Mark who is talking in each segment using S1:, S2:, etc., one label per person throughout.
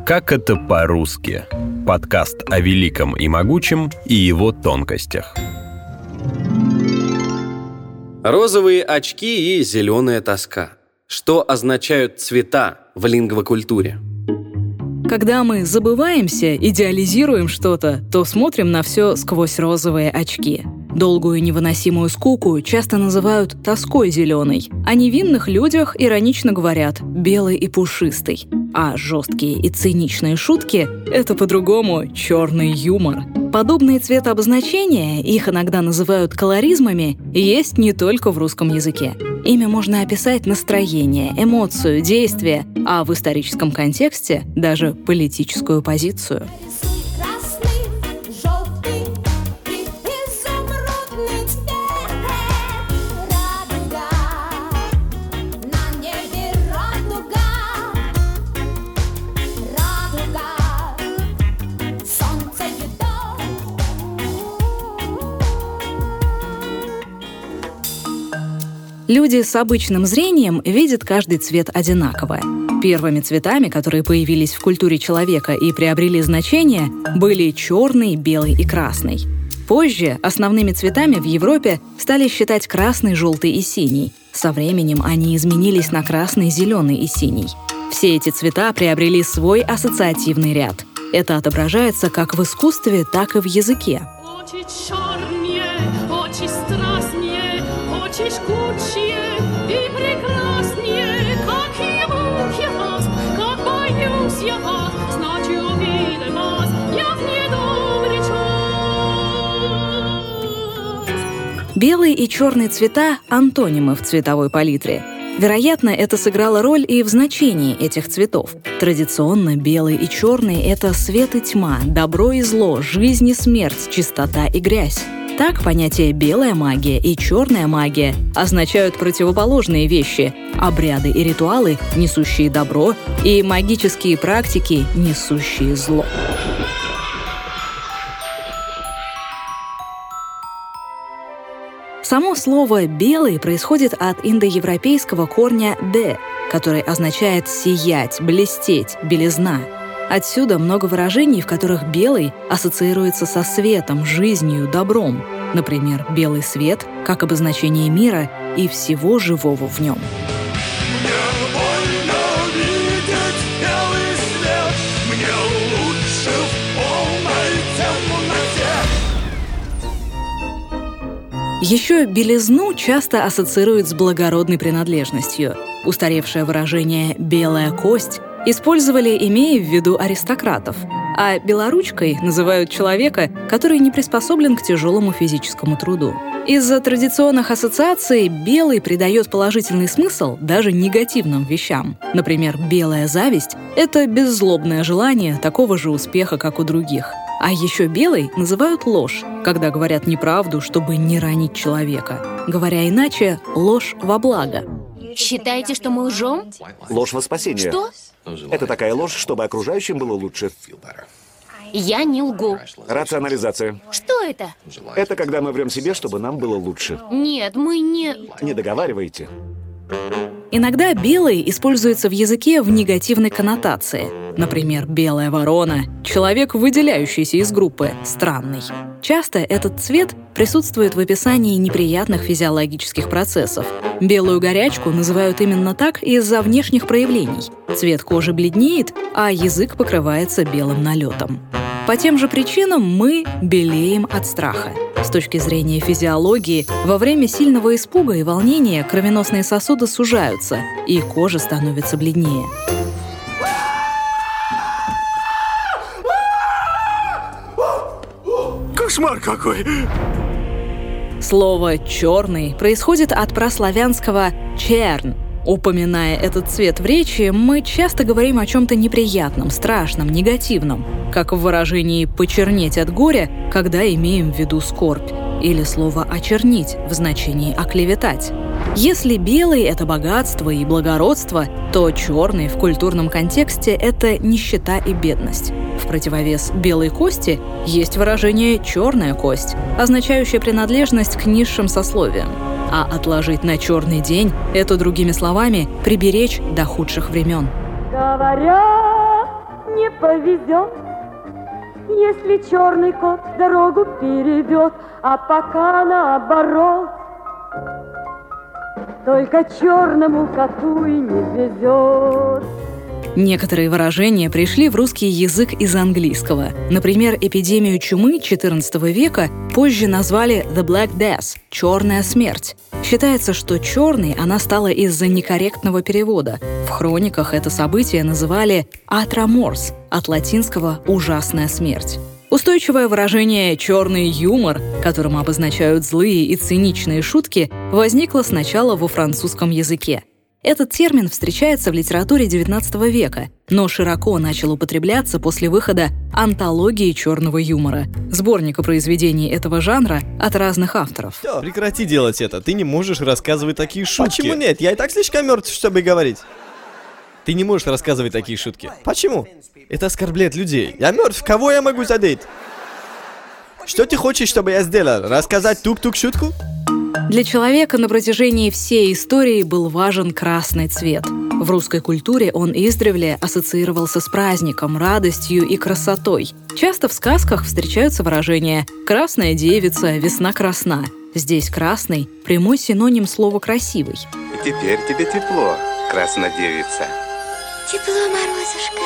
S1: Как это по-русски? Подкаст о великом и могучем и его тонкостях.
S2: Розовые очки и зеленая тоска. Что означают цвета в лингвокультуре?
S3: Когда мы забываемся, идеализируем что-то, то смотрим на все сквозь розовые очки. Долгую невыносимую скуку часто называют тоской зеленой. О невинных людях иронично говорят «белый и пушистый». А жесткие и циничные шутки — это по-другому черный юмор. Подобные цветообозначения, их иногда называют колоризмами, есть не только в русском языке. Ими можно описать настроение, эмоцию, действие, а в историческом контексте даже политическую позицию. Люди с обычным зрением видят каждый цвет одинаково. Первыми цветами, которые появились в культуре человека и приобрели значение, были черный, белый и красный. Позже основными цветами в Европе стали считать красный, желтый и синий. Со временем они изменились на красный, зеленый и синий. Все эти цвета приобрели свой ассоциативный ряд. Это отображается как в искусстве, так и в языке. Белый и черный цвета — антонимы в цветовой палитре. Вероятно, это сыграло роль и в значении этих цветов. Традиционно белый и черный — это свет и тьма, добро и зло, жизнь и смерть, чистота и грязь. Так, понятия «белая магия» и «черная магия» означают противоположные вещи — обряды и ритуалы, несущие добро, и магические практики, несущие зло. Само слово «белый» происходит от индоевропейского корня «де», который означает «сиять», «блестеть», «белизна». Отсюда много выражений, в которых белый ассоциируется со светом, жизнью, добром. Например, белый свет как обозначение мира и всего живого в нем. Еще белизну часто ассоциируют с благородной принадлежностью. Устаревшее выражение «белая кость» использовали, имея в виду аристократов, а белоручкой называют человека, который не приспособлен к тяжелому физическому труду. Из-за традиционных ассоциаций белый придает положительный смысл даже негативным вещам. Например, белая зависть — это беззлобное желание такого же успеха, как у других. А еще белой называют ложь, когда говорят неправду, чтобы не ранить человека. Говоря иначе, ложь во благо.
S4: Считаете, что мы лжем?
S5: Ложь во спасение.
S4: Что?
S5: Это такая ложь, чтобы окружающим было лучше.
S4: Я не лгу.
S5: Рационализация.
S4: Что это?
S5: Это когда мы врем себе, чтобы нам было лучше.
S4: Нет, мы не...
S5: Не договариваете.
S3: Иногда белый используется в языке в негативной коннотации. Например, белая ворона — человек, выделяющийся из группы, странный. Часто этот цвет присутствует в описании неприятных физиологических процессов. Белую горячку называют именно так из-за внешних проявлений. Цвет кожи бледнеет, а язык покрывается белым налетом. По тем же причинам мы белеем от страха. С точки зрения физиологии, во время сильного испуга и волнения кровеносные сосуды сужаются, и кожа становится бледнее.
S5: Кошмар какой!
S3: Слово «черный» происходит от прославянского «черн». Упоминая этот цвет в речи, мы часто говорим о чем-то неприятном, страшном, негативном, как в выражении «почернеть от горя», когда имеем в виду скорбь, или слово «очернить» в значении «оклеветать». Если белый — это богатство и благородство, то черный в культурном контексте — это нищета и бедность. В противовес белой кости есть выражение «черная кость», означающее принадлежность к низшим сословиям. А отложить на черный день — это, другими словами, приберечь до худших времен.
S6: Говорят, не повезет, если черный кот дорогу перейдет, а пока наоборот, только черному коту и не везет.
S3: Некоторые выражения пришли в русский язык из английского. Например, эпидемию чумы XIV века позже назвали «the Black Death» — «черная смерть». Считается, что «черной» она стала из-за некорректного перевода. В хрониках это событие называли «atra mors» от латинского «ужасная смерть». Устойчивое выражение «черный юмор», которым обозначают злые и циничные шутки, возникло сначала во французском языке. Этот термин встречается в литературе XIX века, но широко начал употребляться после выхода «Антологии черного юмора» — сборника произведений этого жанра от разных авторов.
S7: Всё, прекрати делать это, ты не можешь рассказывать такие шутки. Почему нет? Я и так слишком мертв, чтобы говорить. Ты не можешь рассказывать такие шутки. Почему? Это оскорбляет людей. Я мертв, кого я могу задеть? Что ты хочешь, чтобы я сделал? Рассказать тук-тук шутку?
S3: Для человека на протяжении всей истории был важен красный цвет. В русской культуре он издревле ассоциировался с праздником, радостью и красотой. Часто в сказках встречаются выражения «красная девица», «весна красна». Здесь «красный» — прямой синоним слова «красивый».
S8: И теперь тебе тепло, краснодевица.
S9: Тепло, Морозушка.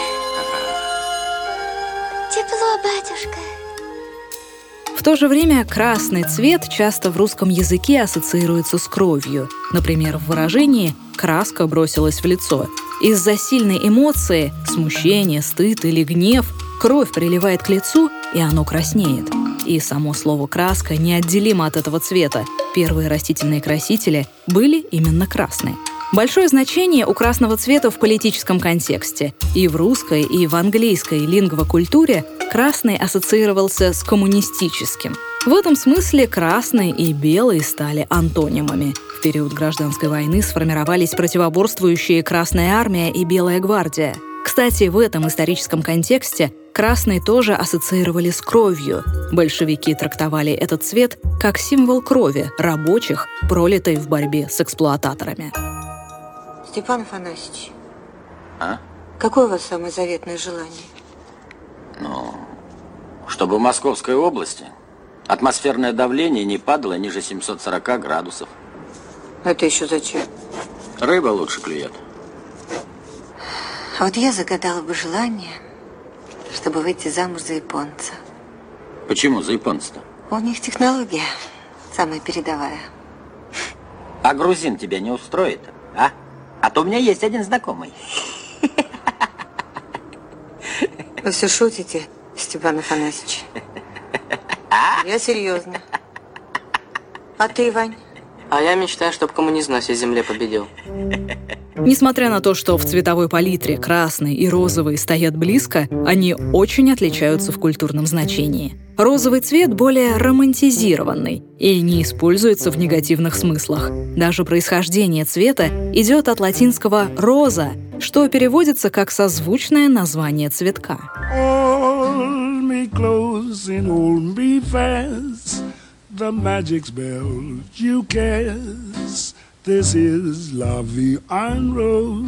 S9: Тепло, батюшка.
S3: В то же время красный цвет часто в русском языке ассоциируется с кровью. Например, в выражении «краска бросилась в лицо». Из-за сильной эмоции – смущение, стыд или гнев – кровь приливает к лицу, и оно краснеет. И само слово «краска» неотделимо от этого цвета. Первые растительные красители были именно красные. Большое значение у красного цвета в политическом контексте. И в русской, и в английской лингвокультуре красный ассоциировался с коммунистическим. В этом смысле красный и белый стали антонимами. В период гражданской войны сформировались противоборствующие Красная армия и Белая гвардия. Кстати, в этом историческом контексте красный тоже ассоциировали с кровью. Большевики трактовали этот цвет как символ крови рабочих, пролитой в борьбе с эксплуататорами.
S10: Степан Афанасьевич,
S11: Какое у вас самое заветное желание?
S10: Чтобы в Московской области атмосферное давление не падало ниже 740 градусов.
S11: Это еще зачем?
S10: Рыба лучше клюет.
S11: А вот я загадала бы желание, чтобы выйти замуж за японца.
S10: Почему за японца-то?
S11: У них технология самая передовая.
S10: А грузин тебя не устроит, а? А то у меня есть один знакомый.
S11: Вы все шутите, Степан Афанасьевич. Я серьезно. А ты, Вань?
S12: А я мечтаю, чтобы коммунизм на всей земле победил.
S3: Несмотря на то, что в цветовой палитре красный и розовый стоят близко, они очень отличаются в культурном значении. Розовый цвет более романтизированный и не используется в негативных смыслах. Даже происхождение цвета идет от латинского «роза», что переводится как созвучное название цветка.
S13: The magic spell you cast. This is la vie en rose.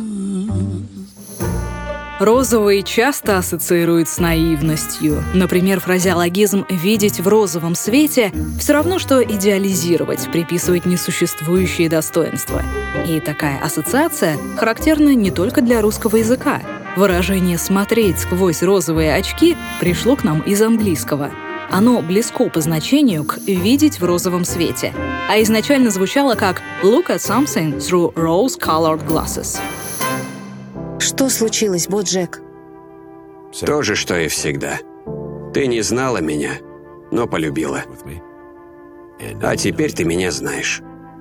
S3: Розовый часто ассоциируют с наивностью. Например, фразеологизм «видеть в розовом свете» все равно, что идеализировать, приписывать несуществующие достоинства. И такая ассоциация характерна не только для русского языка. Выражение «смотреть сквозь розовые очки» пришло к нам из английского. Оно близко по значению к «видеть в розовом свете», а изначально звучало как «look at something through rose-colored glasses».
S14: Что случилось, Боджек?
S15: То же, что и всегда. Ты не знала меня, но полюбила. А теперь ты меня знаешь.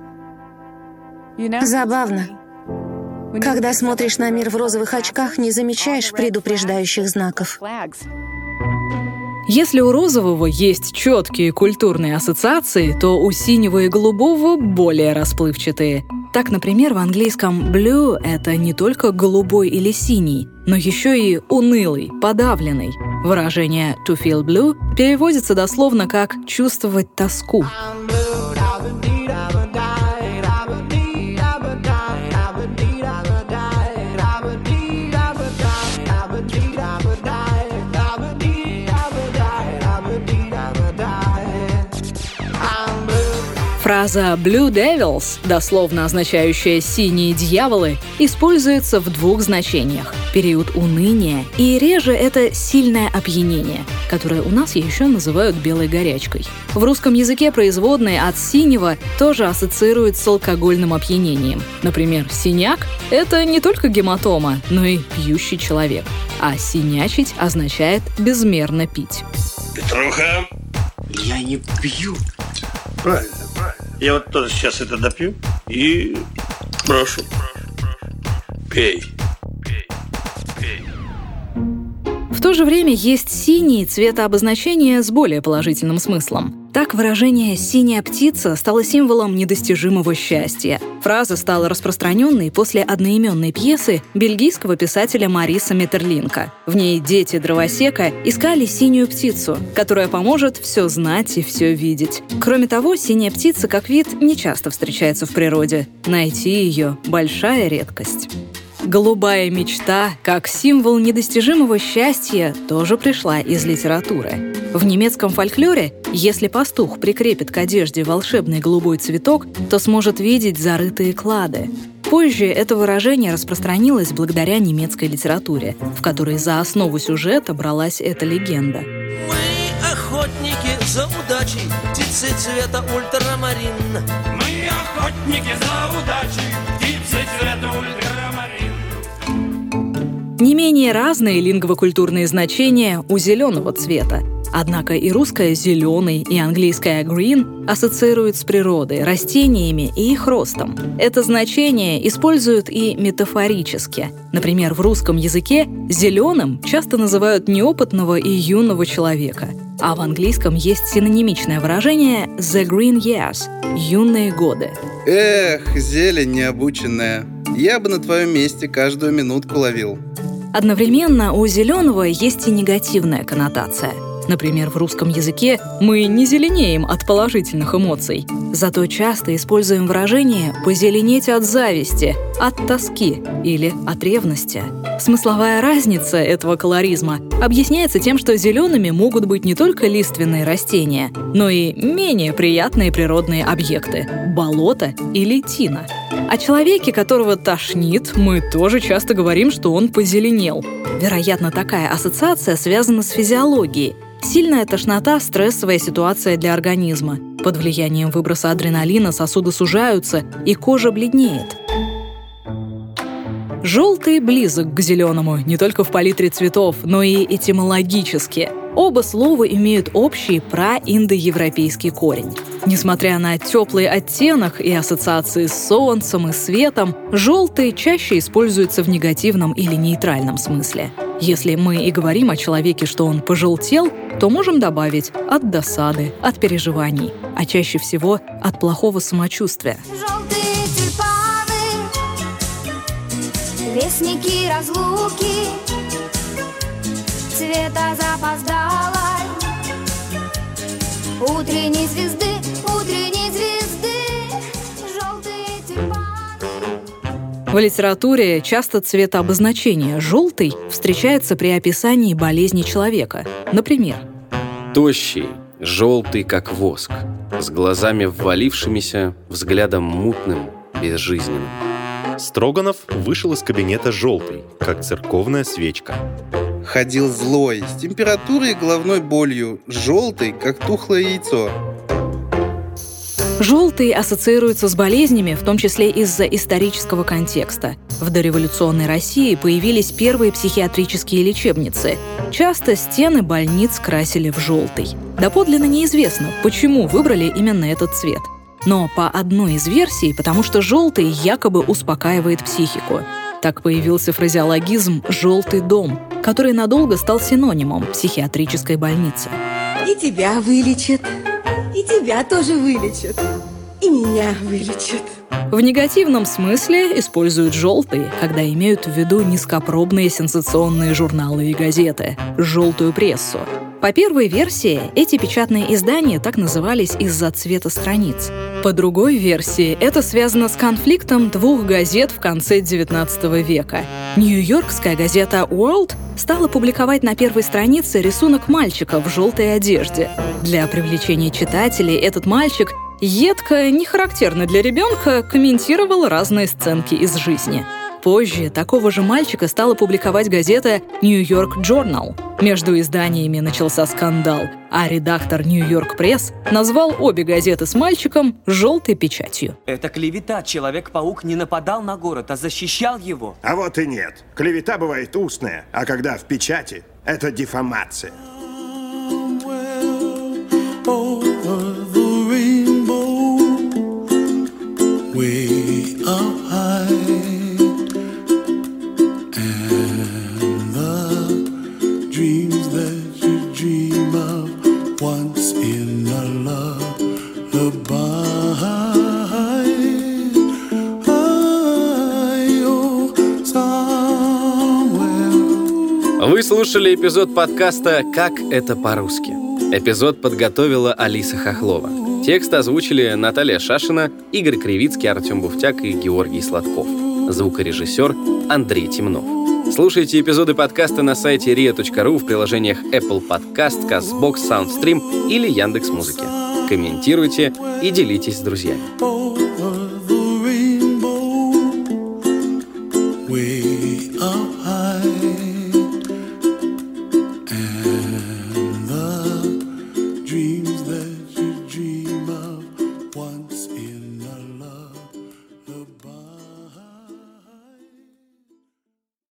S14: Забавно. Когда смотришь на мир в розовых очках, не замечаешь предупреждающих знаков.
S3: Если у розового есть четкие культурные ассоциации, то у синего и голубого более расплывчатые. Так, например, в английском «blue» — это не только голубой или синий, но еще и унылый, подавленный. Выражение «to feel blue» переводится дословно как «чувствовать тоску». Фраза «Blue Devils», дословно означающая «синие дьяволы», используется в двух значениях – период уныния, и реже это сильное опьянение, которое у нас еще называют белой горячкой. В русском языке производные от «синего» тоже ассоциируют с алкогольным опьянением. Например, «синяк» – это не только гематома, но и пьющий человек, а «синячить» означает «безмерно пить».
S16: Петруха, я не пью. Правильно. Я вот тоже сейчас это допью и прошу. Пей.
S3: В то же время есть синие цветообозначения с более положительным смыслом. Так выражение «синяя птица» стало символом недостижимого счастья. Фраза стала распространенной после одноименной пьесы бельгийского писателя Мариса Метерлинка. В ней дети дровосека искали синюю птицу, которая поможет все знать и все видеть. Кроме того, синяя птица как вид не часто встречается в природе. Найти ее – большая редкость. Голубая мечта, как символ недостижимого счастья, тоже пришла из литературы. В немецком фольклоре, если пастух прикрепит к одежде волшебный голубой цветок, то сможет видеть зарытые клады. Позже это выражение распространилось благодаря немецкой литературе, в которой за основу сюжета бралась эта легенда.
S17: Мы охотники за удачей, птицы цвета ультрамарин. Мы охотники за удачей, птицы цвета ультрамарин.
S3: Не менее разные лингвокультурные значения у зеленого цвета. Однако и русское «зеленый», и английское «green» ассоциируют с природой, растениями и их ростом. Это значение используют и метафорически. Например, в русском языке «зеленым» часто называют неопытного и юного человека. А в английском есть синонимичное выражение «the green years» — «юные годы».
S18: Эх, зелень необученная. Я бы на твоем месте каждую минутку ловил.
S3: Одновременно у зеленого есть и негативная коннотация. Например, в русском языке мы не зеленеем от положительных эмоций, зато часто используем выражение «позеленеть от зависти», «от тоски» или «от ревности». Смысловая разница этого колоризма объясняется тем, что зелеными могут быть не только лиственные растения, но и менее приятные природные объекты – болото или тина. О человеке, которого тошнит, мы тоже часто говорим, что он позеленел. Вероятно, такая ассоциация связана с физиологией. Сильная тошнота – стрессовая ситуация для организма. Под влиянием выброса адреналина сосуды сужаются, и кожа бледнеет. Желтый близок к зеленому не только в палитре цветов, но и этимологически. Оба слова имеют общий праиндоевропейский корень. Несмотря на теплый оттенок и ассоциации с солнцем и светом, желтый чаще используется в негативном или нейтральном смысле. Если мы и говорим о человеке, что он пожелтел, то можем добавить от досады, от переживаний, а чаще всего от плохого самочувствия.
S9: Желтые тюльпаны, вестники разлуки, цвета запоздалой, утренней звезды, желтые тюльпаны.
S3: В литературе часто цветообозначение «желтый» встречается при описании болезни человека. Например,
S2: тощий, желтый, как воск, с глазами ввалившимися, взглядом мутным, безжизненным.
S19: Строганов вышел из кабинета желтый, как церковная свечка.
S18: Ходил злой, с температурой и головной болью, желтый, как тухлое яйцо.
S3: Желтый ассоциируется с болезнями, в том числе из-за исторического контекста. В дореволюционной России появились первые психиатрические лечебницы. Часто стены больниц красили в желтый. Доподлинно неизвестно, почему выбрали именно этот цвет. Но по одной из версий, потому что желтый якобы успокаивает психику. Так появился фразеологизм «желтый дом», который надолго стал синонимом психиатрической больницы.
S20: И тебя вылечат, и тебя тоже вылечат, и меня вылечат.
S3: В негативном смысле используют «желтый», когда имеют в виду низкопробные сенсационные журналы и газеты, желтую прессу. По первой версии, эти печатные издания так назывались из-за цвета страниц. По другой версии, это связано с конфликтом двух газет в конце XIX века. Нью-йоркская газета World стала публиковать на первой странице рисунок мальчика в желтой одежде. Для привлечения читателей этот мальчик едко, не характерно для ребенка, комментировал разные сценки из жизни. Позже такого же мальчика стала публиковать газета «Нью-Йорк Джорнал». Между изданиями начался скандал, а редактор «Нью-Йорк Пресс» назвал обе газеты с мальчиком «желтой печатью».
S21: Это клевета. Человек-паук не нападал на город, а защищал его.
S22: А вот и нет. Клевета бывает устная, а когда в печати, это дефамация.
S2: Вы слушали эпизод подкаста «Как это по-русски». Эпизод подготовила Алиса Хохлова. Текст озвучили Наталья Шашина, Игорь Кривицкий, Артем Буфтяк и Георгий Сладков. Звукорежиссер Андрей Темнов. Слушайте эпизоды подкаста на сайте ria.ru, в приложениях Apple Podcast, CastBox, SoundStream или Яндекс.Музыки. Комментируйте и делитесь с друзьями.